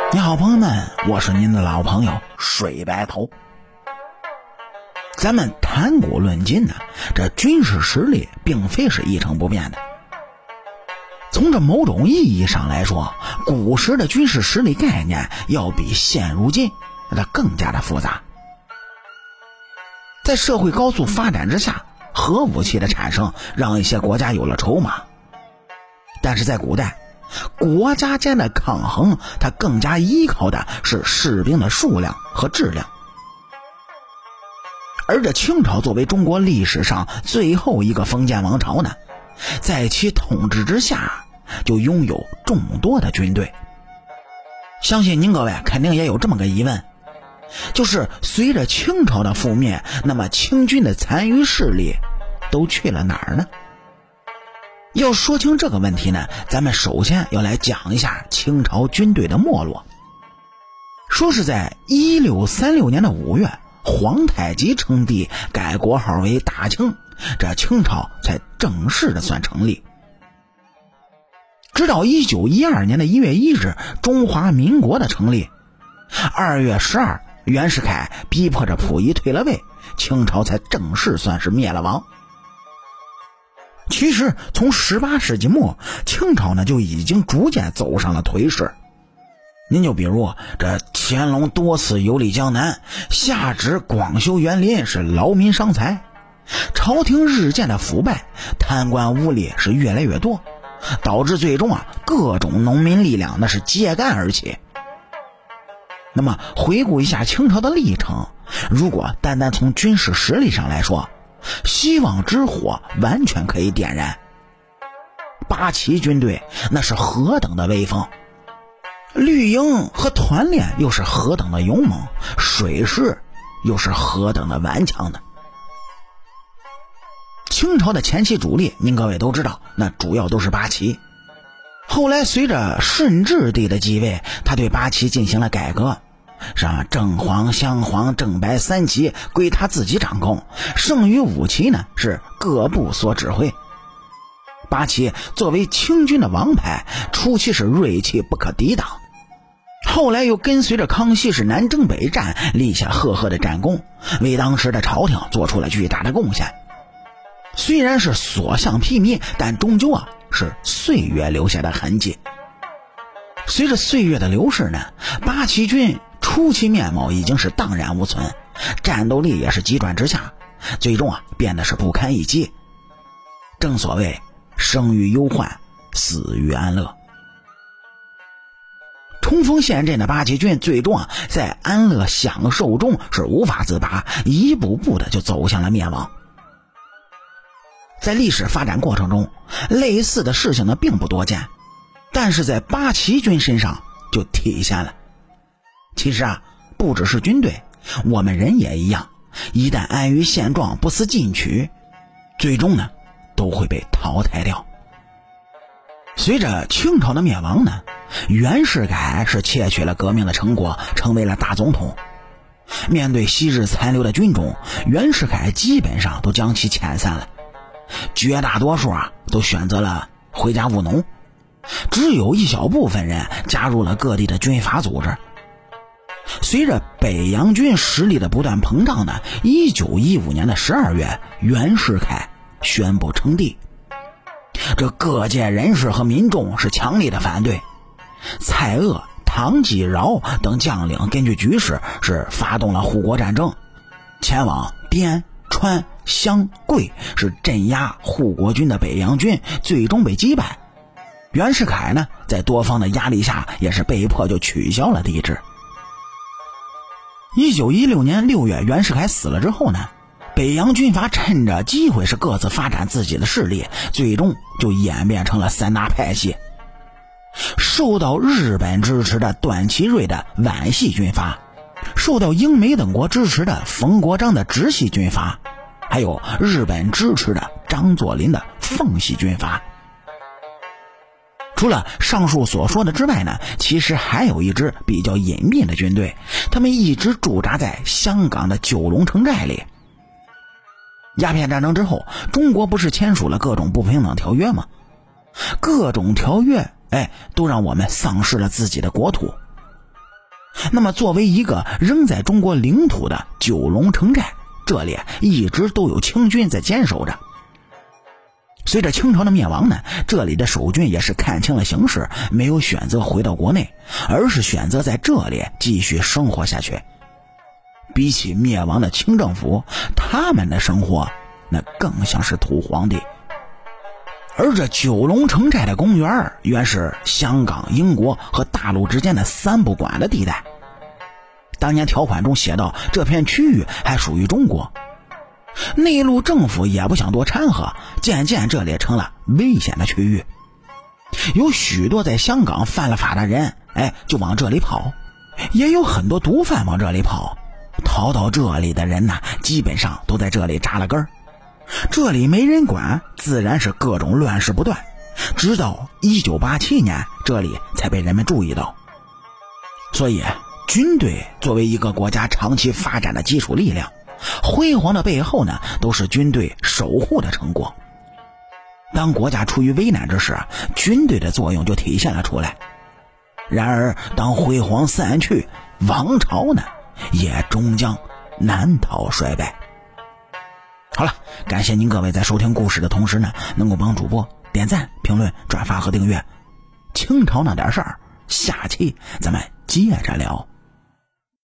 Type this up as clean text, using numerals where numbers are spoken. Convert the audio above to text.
你好朋友们，我是您的老朋友水白头。咱们谈古论今呢，这军事实力并非是一成不变的。从这某种意义上来说，古时的军事实力概念要比现如今它更加的复杂。在社会高速发展之下，核武器的产生让一些国家有了筹码，但是在古代，国家间的抗衡它更加依靠的是士兵的数量和质量。而这清朝作为中国历史上最后一个封建王朝呢，在其统治之下就拥有众多的军队。相信您各位肯定也有这么个疑问，就是随着清朝的覆灭，那么清军的残余势力都去了哪儿呢？要说清这个问题呢，咱们首先要来讲一下清朝军队的没落。说是在1636年的5月，皇太极称帝，改国号为大清，这清朝才正式的算成立。直到1912年的1月1日，中华民国的成立，2月12，袁世凯逼迫着溥仪退了位，清朝才正式算是灭了亡。其实从18世纪末，清朝呢就已经逐渐走上了颓势。您就比如这乾隆多次游历江南，下旨广修园林，是劳民伤财，朝廷日渐的腐败，贪官污吏是越来越多，导致最终各种农民力量那是揭竿而起。那么回顾一下清朝的历程，如果单单从军事实力上来说，希望之火完全可以点燃。八旗军队那是何等的威风，绿营和团练又是何等的勇猛，水师又是何等的顽强呢？清朝的前期主力您各位都知道，那主要都是八旗。后来随着顺治帝的继位，他对八旗进行了改革，像正黄、镶黄、正白三旗归他自己掌控，剩余五旗呢是各部所指挥。八旗作为清军的王牌，初期是锐气不可抵挡，后来又跟随着康熙是南征北战，立下赫赫的战功，为当时的朝廷做出了巨大的贡献。虽然是所向披靡，但终究是岁月留下的痕迹。随着岁月的流逝呢，八旗军初期面貌已经是荡然无存，战斗力也是急转直下，最终变得是不堪一击。正所谓生于忧患，死于安乐。冲锋陷阵的八旗军最终在安乐享受中是无法自拔，一步步的就走向了灭亡。在历史发展过程中，类似的事情呢并不多见，但是在八旗军身上就体现了。其实不只是军队，我们人也一样，一旦安于现状，不思进取，最终呢都会被淘汰掉。随着清朝的灭亡呢，袁世凯是窃取了革命的成果，成为了大总统。面对昔日残留的军种，袁世凯基本上都将其遣散了，绝大多数都选择了回家务农，只有一小部分人加入了各地的军阀组织。随着北洋军实力的不断膨胀呢，1915年的12月，袁世凯宣布称帝。这各界人士和民众是强烈的反对，蔡锷、唐继尧等将领根据局势是发动了护国战争，前往边、川、湘、桂是镇压护国军的北洋军，最终被击败。袁世凯呢，在多方的压力下也是被迫就取消了帝制。1916年6月，袁世凯死了之后呢，北洋军阀趁着机会是各自发展自己的势力，最终就演变成了三大派系。受到日本支持的段祺瑞的皖系军阀，受到英美等国支持的冯国璋的直系军阀，还有日本支持的张作霖的奉系军阀。除了上述所说的之外呢，其实还有一支比较隐秘的军队，他们一直驻扎在香港的九龙城寨里。鸦片战争之后，中国不是签署了各种不平等条约吗？各种条约都让我们丧失了自己的国土。 那么作为一个仍在中国领土的九龙城寨，这里一直都有清军在坚守着。随着清朝的灭亡呢，这里的守军也是看清了形势，没有选择回到国内，而是选择在这里继续生活下去。比起灭亡的清政府，他们的生活那更像是土皇帝。而这九龙城寨的公园原是香港、英国和大陆之间的三不管的地带。当年条款中写道，这片区域还属于中国。内陆政府也不想多掺和，渐渐这里成了危险的区域。有许多在香港犯了法的人，就往这里跑，也有很多毒贩往这里跑。逃到这里的人呢，基本上都在这里扎了根儿。这里没人管，自然是各种乱事不断。直到1987年，这里才被人们注意到。所以，军队作为一个国家长期发展的基础力量，辉煌的背后呢，都是军队守护的成果。当国家处于危难之时，军队的作用就体现了出来。然而，当辉煌散去，王朝呢，也终将难逃衰败。好了，感谢您各位在收听故事的同时呢，能够帮主播点赞、评论、转发和订阅。清朝那点事儿，下期咱们接着聊。